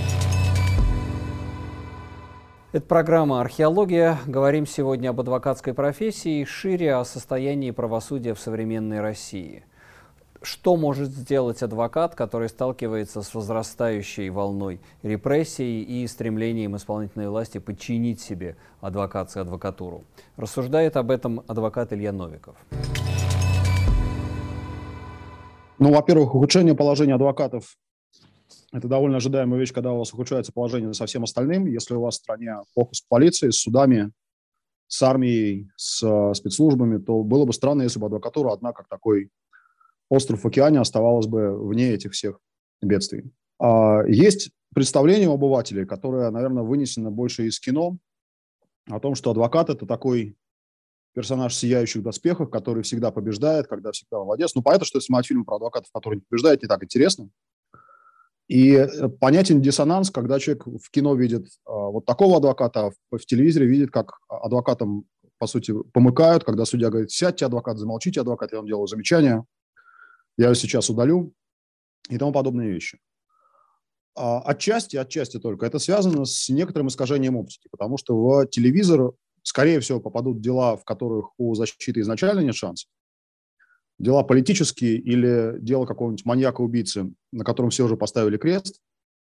Это программа «Археология». Говорим сегодня об адвокатской профессии и шире о состоянии правосудия в современной России. Что может сделать адвокат, который сталкивается с возрастающей волной репрессий и стремлением исполнительной власти подчинить себе адвокатуру? Рассуждает об этом адвокат Илья Новиков. Ну, во-первых, ухудшение положения адвокатов – это довольно ожидаемая вещь, когда у вас ухудшается положение со всем остальным. Если у вас в стране плохо с полицией, с судами, с армией, с спецслужбами, то было бы странно, если бы адвокатура одна, как такой остров в океане, оставалась бы вне этих всех бедствий. Есть представление у обывателей, которое, наверное, вынесено больше из кино, о том, что адвокат – это такой персонаж в сияющих доспехах, который всегда побеждает, когда всегда молодец. Ну, понятно, что снимать фильм про адвокатов, которые не побеждают, не так интересно. И понятен диссонанс, когда человек в кино видит вот такого адвоката, а в телевизоре видит, как адвокатам, по сути, помыкают, когда судья говорит: сядьте, адвокат, замолчите, адвокат, я вам делаю замечание, я сейчас удалю, и тому подобные вещи. Отчасти только это связано с некоторым искажением оптики, потому что в телевизор, скорее всего, попадут дела, в которых у защиты изначально нет шансов. Дела политические или дело какого-нибудь маньяка-убийцы, на котором все уже поставили крест.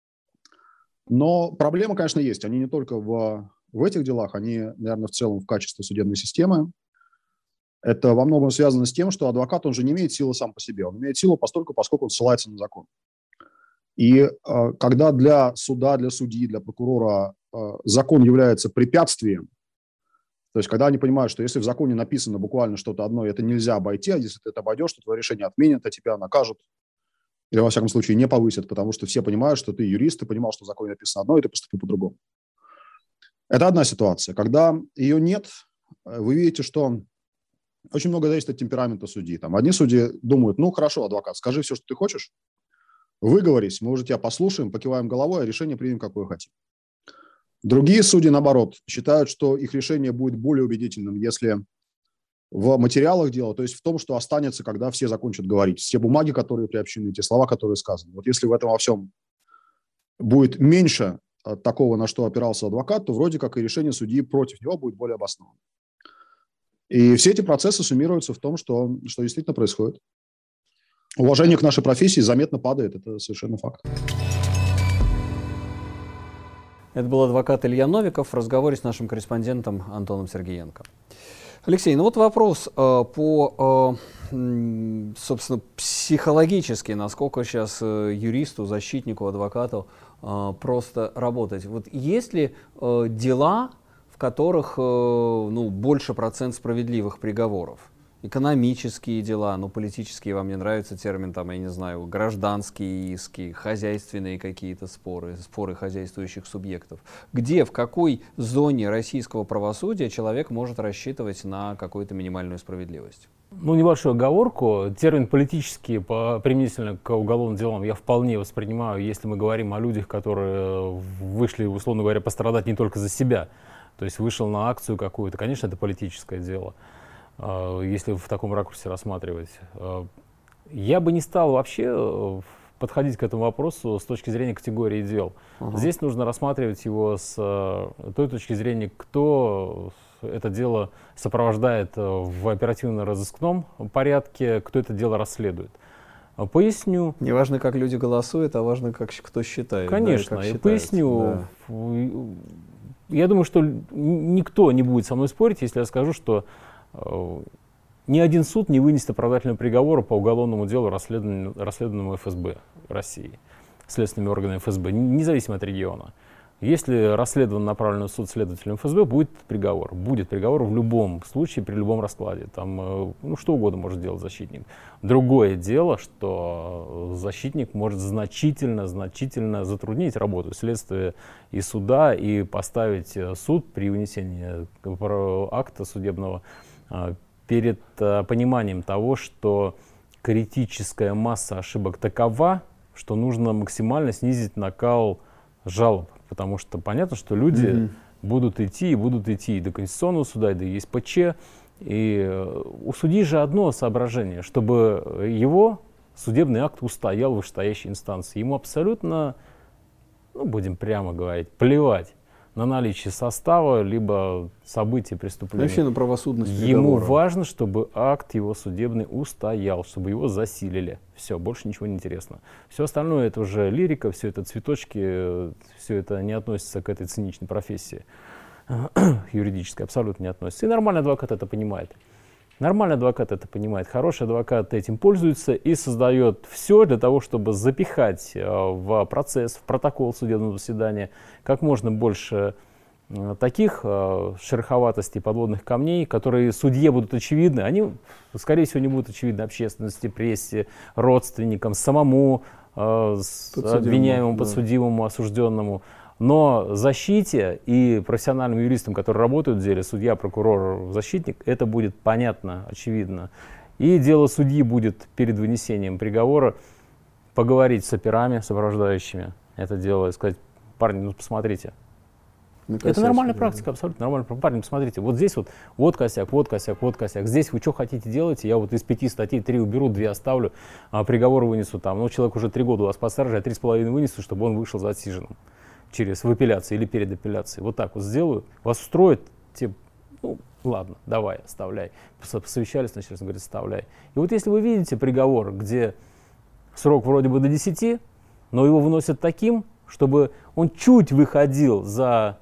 Но проблемы, конечно, есть. Они не только в этих делах, они, наверное, в целом в качестве судебной системы. Это во многом связано с тем, что адвокат, он же не имеет силы сам по себе. Он имеет силу поскольку он ссылается на закон. И когда для суда, для судьи, для прокурора закон является препятствием, то есть когда они понимают, что если в законе написано буквально что-то одно, и это нельзя обойти, а если ты это обойдешь, то твое решение отменят, а тебя накажут, или, во всяком случае, не повысят, потому что все понимают, что ты юрист, ты понимал, что в законе написано одно, и ты поступил по-другому. Это одна ситуация. Когда ее нет, вы видите, что очень много зависит от темперамента судьи. Там одни судьи думают: ну, хорошо, адвокат, скажи все, что ты хочешь, выговорись, мы уже тебя послушаем, покиваем головой, а решение примем, какое хотим. Другие судьи, наоборот, считают, что их решение будет более убедительным, если в материалах дела, то есть в том, что останется, когда все закончат говорить. Все бумаги, которые приобщены, те слова, которые сказаны. Вот если в этом во всем будет меньше такого, на что опирался адвокат, то вроде как и решение судьи против него будет более обоснованным. И все эти процессы суммируются в том, что действительно происходит. Уважение к нашей профессии заметно падает, это совершенно факт. Это был адвокат Илья Новиков в разговоре с нашим корреспондентом Антоном Сергеенко. Алексей, ну вот вопрос по, собственно, психологически, насколько сейчас юристу, защитнику, адвокату просто работать. Вот есть ли дела, в которых больше процент справедливых приговоров? Экономические дела, политические, вам не нравится термин, там, я не знаю, гражданские иски, хозяйственные какие-то споры хозяйствующих субъектов. Где, в какой зоне российского правосудия человек может рассчитывать на какую-то минимальную справедливость? Небольшую оговорку. Термин политический применительно к уголовным делам я вполне воспринимаю, если мы говорим о людях, которые вышли, условно говоря, пострадать не только за себя. То есть вышел на акцию какую-то, конечно, это политическое дело. Если в таком ракурсе рассматривать. Я бы не стал вообще подходить к этому вопросу с точки зрения категории дел. Здесь нужно рассматривать его с той точки зрения, кто это дело сопровождает в оперативно-розыскном порядке, кто это дело расследует. Поясню. Не важно, как люди голосуют, а важно, как кто считает. Конечно, да, и поясню. Да. Я думаю, что никто не будет со мной спорить, если я скажу, что ни один суд не вынесет оправдательного приговора по уголовному делу, расследованному ФСБ России, следственными органами ФСБ, независимо от региона. Если расследован направлен в суд следователем ФСБ, будет приговор. Будет приговор в любом случае, при любом раскладе. Там, что угодно может делать защитник. Другое дело, что защитник может значительно затруднить работу следствия и суда, и поставить суд при вынесении акта судебного перед пониманием того, что критическая масса ошибок такова, что нужно максимально снизить накал жалоб. Потому что понятно, что люди будут идти и до Конституционного суда, и до ЕСПЧ. И у судьи же одно соображение, чтобы его судебный акт устоял в вышестоящей инстанции. Ему абсолютно, будем прямо говорить, плевать на наличие состава, либо событий преступления. Вообще на правосудность приговора. Ему важно, чтобы акт его судебный устоял, чтобы его засилили. Все, больше ничего не интересно. Все остальное это уже лирика, все это цветочки, все это не относится к этой циничной профессии юридической, абсолютно не относится. И нормальный адвокат это понимает. Нормальный адвокат это понимает, хороший адвокат этим пользуется и создает все для того, чтобы запихать в процесс, в протокол судебного заседания как можно больше таких шероховатостей, подводных камней, которые судье будут очевидны. Они, скорее всего, не будут очевидны общественности, прессе, родственникам, самому обвиняемому, подсудимому, осужденному. Но защите и профессиональным юристам, которые работают в деле, судья, прокурор, защитник, это будет понятно, очевидно. И дело судьи будет перед вынесением приговора поговорить с операми, сопровождающими это дело, и сказать: парни, ну посмотрите. Это нормальная практика, абсолютно нормальная практика. Парни, посмотрите, вот здесь вот косяк, вот косяк, вот косяк. Здесь вы что хотите делать? Я вот из 5 статей 3 уберу, 2 оставлю, а приговор вынесу там. Ну, человек уже 3 года у вас под стражей, а 3,5 вынесу, чтобы он вышел засиженным в апелляции или перед апелляцией. Вот так вот сделаю. Вас устроит? Ну, ладно, давай, оставляй. Посовещались, начали, говорит, оставляй. И вот если вы видите приговор, где срок вроде бы до 10, но его выносят таким, чтобы он чуть выходил за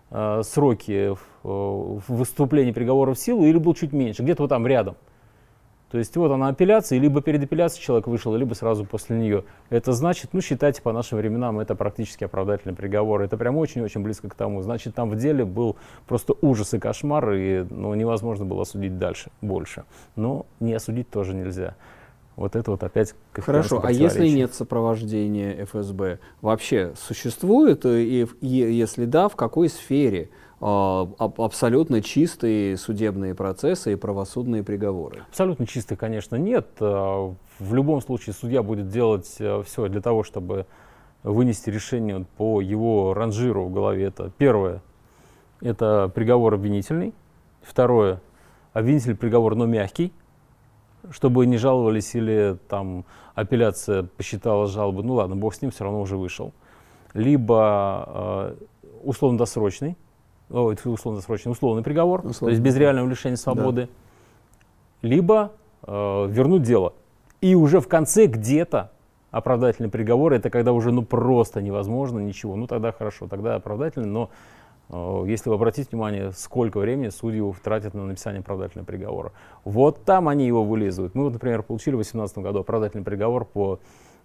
сроки выступления приговора в силу, или был чуть меньше, где-то вот там рядом. То есть вот она апелляция, либо перед апелляцией человек вышел, либо сразу после нее. Это значит, ну считайте по нашим временам, это практически оправдательный приговор. Это прям очень-очень близко к тому. Значит, там в деле был просто ужас и кошмар, и невозможно было осудить дальше, больше. Но не осудить тоже нельзя. Вот это вот опять... Хорошо, а если нет сопровождения ФСБ, вообще существует, и если да, в какой сфере абсолютно чистые судебные процессы и правосудные приговоры? Абсолютно чистые, конечно, нет. В любом случае судья будет делать все для того, чтобы вынести решение по его ранжиру в голове. Это первое, это приговор обвинительный. Второе, обвинительный приговор, но мягкий, чтобы не жаловались или там апелляция посчитала жалобу, ну ладно, бог с ним, все равно уже вышел. Либо условно-досрочный, условный приговор, то есть без реального лишения свободы, да. Либо вернуть дело. И уже в конце где-то оправдательный приговор, это когда уже просто невозможно ничего, ну тогда хорошо, тогда оправдательный, но если вы обратите внимание, сколько времени судьи тратят на написание оправдательного приговора. Вот там они его вылизывают. Мы вот, например, получили в 2018 году оправдательный приговор по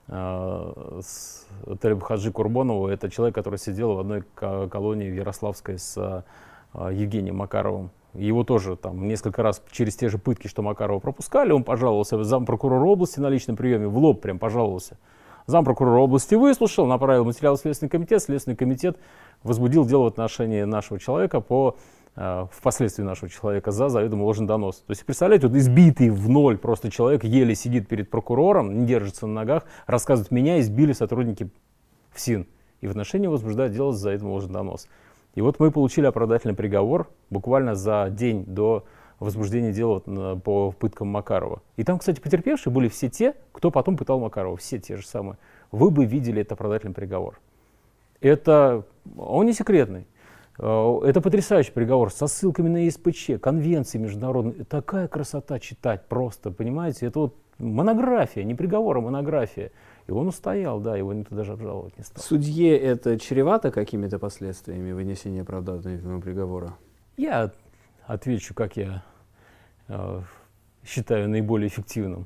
Талибу Хаджи Курбонову. Это человек, который сидел в одной колонии в Ярославской с Евгением Макаровым. Его тоже там несколько раз через те же пытки, что Макарова, пропускали. Он пожаловался зампрокурора области на личном приеме, в лоб прям пожаловался. Зампрокурора области выслушал, направил материал в Следственный комитет. Следственный комитет возбудил дело в отношении нашего человека впоследствии нашего человека за заведомо ложный донос. То есть, представляете, вот избитый в ноль просто человек еле сидит перед прокурором, не держится на ногах, рассказывает: меня избили сотрудники ФСИН. И в отношении возбуждают дело за заведомо ложный донос. И вот мы получили оправдательный приговор буквально за день до возбуждения дела по пыткам Макарова. И там, кстати, потерпевшие были все те, кто потом пытал Макарова, все те же самые. Вы бы видели этот оправдательный приговор. Он не секретный. Это потрясающий приговор со ссылками на ЕСПЧ, конвенции международные. Такая красота читать просто, понимаете? Это вот монография, не приговор, а монография. И он устоял, да, его никто даже обжаловать не стал. Судье это чревато какими-то последствиями вынесения оправдательного приговора? Я отвечу, как я считаю наиболее эффективным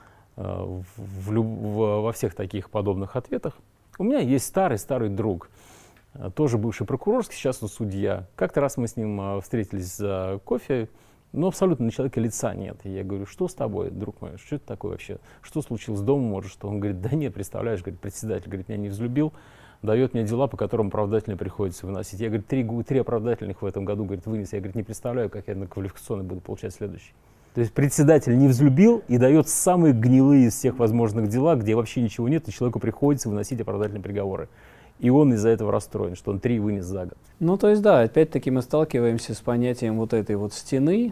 во всех таких подобных ответах. У меня есть старый друг, тоже бывший прокурорский, сейчас он судья. Как-то раз мы с ним встретились за кофе, но абсолютно на человека лица нет. И я говорю: что с тобой, друг мой, что это такое вообще? Что случилось дома, может, что? Он говорит: да нет, представляешь, говорит, председатель, говорит, меня не взлюбил, дает мне дела, по которым оправдательные приходится выносить. Я, говорит, три оправдательных в этом году, говорит, вынес. Я, говорит, не представляю, как я на квалификационный буду получать следующий. То есть председатель не взлюбил и дает самые гнилые из всех возможных дела, где вообще ничего нет, и человеку приходится выносить оправдательные приговоры. И он из-за этого расстроен, что он 3 вынес за год. Ну, то есть, да, опять-таки мы сталкиваемся с понятием вот этой вот стены,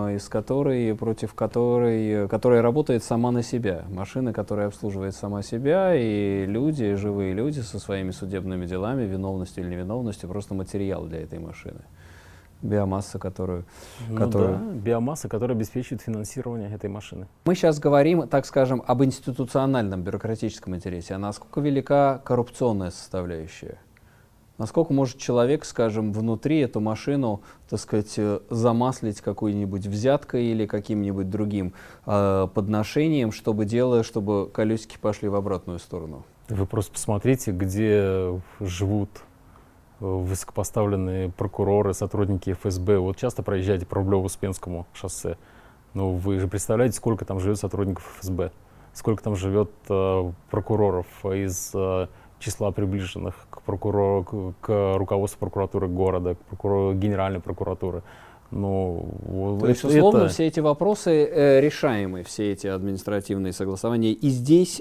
которая работает сама на себя. Машина, которая обслуживает сама себя, и люди, живые люди со своими судебными делами, виновностью или невиновностью, просто материал для этой машины. Биомасса, биомасса, которая обеспечивает финансирование этой машины. Мы сейчас говорим, так скажем, об институциональном бюрократическом интересе. А насколько велика коррупционная составляющая Насколько может человек, скажем, внутри эту машину, так сказать, замаслить какой-нибудь взяткой или каким-нибудь другим подношением, чтобы колесики пошли в обратную сторону? Вы просто посмотрите, где живут высокопоставленные прокуроры, сотрудники ФСБ. Вот часто проезжаете по Рублево-Успенскому шоссе. Но вы же представляете, сколько там живет сотрудников ФСБ, сколько там живет прокуроров из числа приближенных к прокурору, к руководству прокуратуры города, к Генеральной прокуратуры. Ну, то есть, условно, все эти вопросы решаемы, все эти административные согласования. И здесь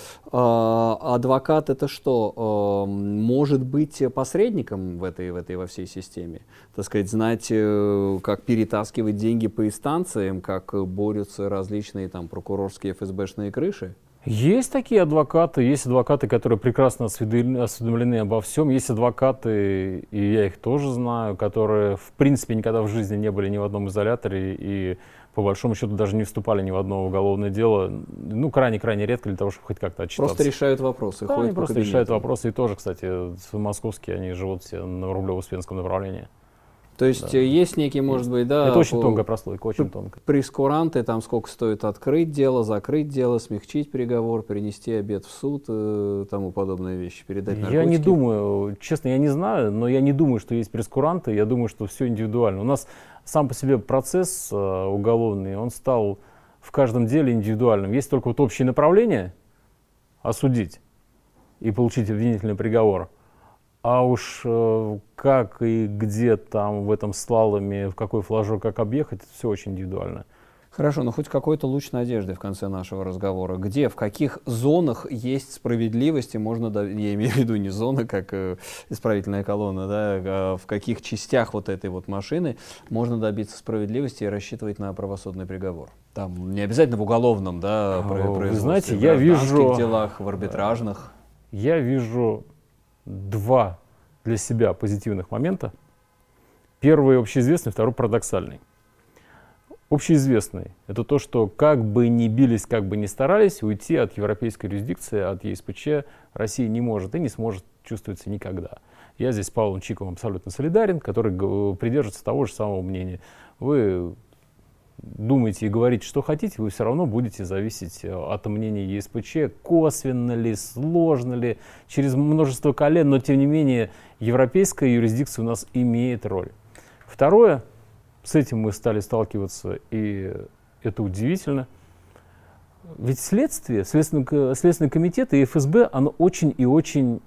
адвокат это что? Может быть посредником во всей системе? Так сказать, знать, как перетаскивать деньги по инстанциям, как борются различные там прокурорские ФСБшные крыши? Есть такие адвокаты, которые прекрасно осведомлены обо всем, есть адвокаты, и я их тоже знаю, которые в принципе никогда в жизни не были ни в одном изоляторе и по большому счету даже не вступали ни в одно уголовное дело, ну крайне-крайне редко для того, чтобы хоть как-то отчитаться. Просто решают вопросы, да, они просто решают вопросы, и тоже, кстати, московские, они живут все на Рублево-Успенском направлении. То есть есть некий, может быть, да... Это очень тонкая прослойка, очень тонкая. Прескуранты, там сколько стоит открыть дело, закрыть дело, смягчить приговор, принести обед в суд, тому подобные вещи, передать наркотики. Я не думаю, честно, я не знаю, но я не думаю, что есть прескуранты, я думаю, что все индивидуально. У нас сам по себе процесс уголовный, он стал в каждом деле индивидуальным. Есть только вот общее направление осудить и получить обвинительный приговор. А уж как и где там в этом слаломе, в какой флажок, как объехать, это все очень индивидуально. Хорошо, но хоть какой-то луч надежды в конце нашего разговора. Где, в каких зонах есть справедливость, и можно, я имею в виду не зона, как исправительная колонна, да, а в каких частях вот этой вот машины можно добиться справедливости и рассчитывать на правосудный приговор? Там не обязательно в уголовном, да, вы знаете, в гражданских делах, в арбитражных. Я вижу два для себя позитивных момента. Первый общеизвестный, второй парадоксальный. Общеизвестный — это то, что как бы ни бились, как бы ни старались, уйти от европейской юрисдикции, от ЕСПЧ Россия не может и не сможет чувствоваться никогда. Я здесь с Павлом Чиковым абсолютно солидарен, который придерживается того же самого мнения. Вы думаете и говорите, что хотите, вы все равно будете зависеть от мнения ЕСПЧ, косвенно ли, сложно ли, через множество колен, но тем не менее европейская юрисдикция у нас имеет роль. Второе, с этим мы стали сталкиваться, и это удивительно, ведь Следственный комитет и ФСБ, оно очень и очень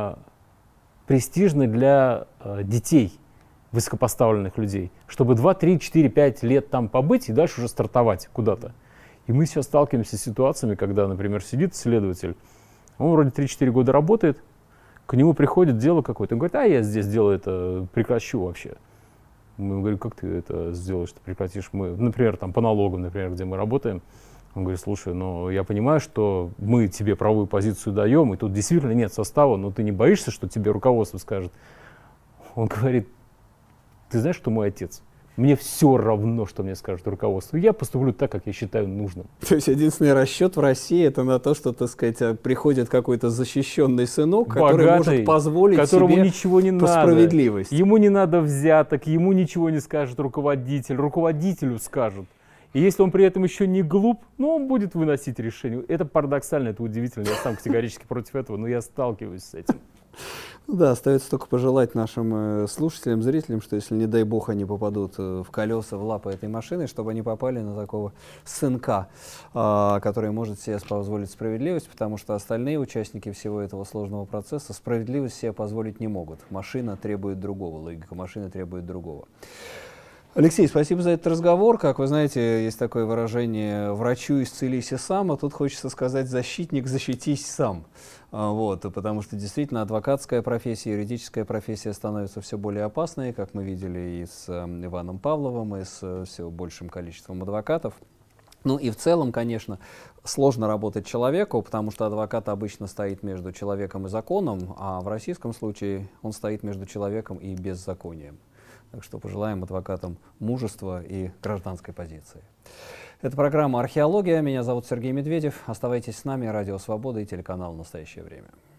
престижно для детей, высокопоставленных людей, чтобы 2, 3, 4, 5 лет там побыть и дальше уже стартовать куда-то. И мы сейчас сталкиваемся с ситуациями, когда, например, сидит следователь, он вроде 3-4 года работает, к нему приходит дело какое-то, он говорит, а я здесь дело это прекращу вообще. Мы говорим, как ты это сделаешь, ты прекратишь? Мы, например, там по налогам, например, где мы работаем, он говорит, слушай, ну я понимаю, что мы тебе правовую позицию даем, и тут действительно нет состава, но ты не боишься, что тебе руководство скажет? Он говорит, ты знаешь, кто мой отец? Мне все равно, что мне скажет руководство. Я поступлю так, как я считаю нужным. То есть единственный расчет в России это на то, что, так сказать, приходит какой-то защищенный сынок, богатый, который может позволить которому себе ничего не по надо. Справедливости. Ему не надо взяток, ему ничего не скажет руководитель, руководителю скажут. И если он при этом еще не глуп, ну, он будет выносить решение. Это парадоксально, это удивительно. Я сам категорически против этого, но я сталкиваюсь с этим. Да, остается только пожелать нашим слушателям, зрителям, что если, не дай бог, они попадут в колеса, в лапы этой машины, чтобы они попали на такого сынка, который может себе позволить справедливость, потому что остальные участники всего этого сложного процесса справедливость себе позволить не могут. Машина требует другого, логика машины требует другого. Алексей, спасибо за этот разговор. Как вы знаете, есть такое выражение «врачу исцелись и сам», а тут хочется сказать «защитник, защитись сам». Вот, потому что действительно адвокатская профессия, юридическая профессия становится все более опасной, как мы видели и с Иваном Павловым, и с все большим количеством адвокатов. Ну и в целом, конечно, сложно работать человеку, потому что адвокат обычно стоит между человеком и законом, а в российском случае он стоит между человеком и беззаконием. Так что пожелаем адвокатам мужества и гражданской позиции. Это программа «Археология». Меня зовут Сергей Медведев. Оставайтесь с нами. Радио «Свобода» и телеканал «Настоящее время».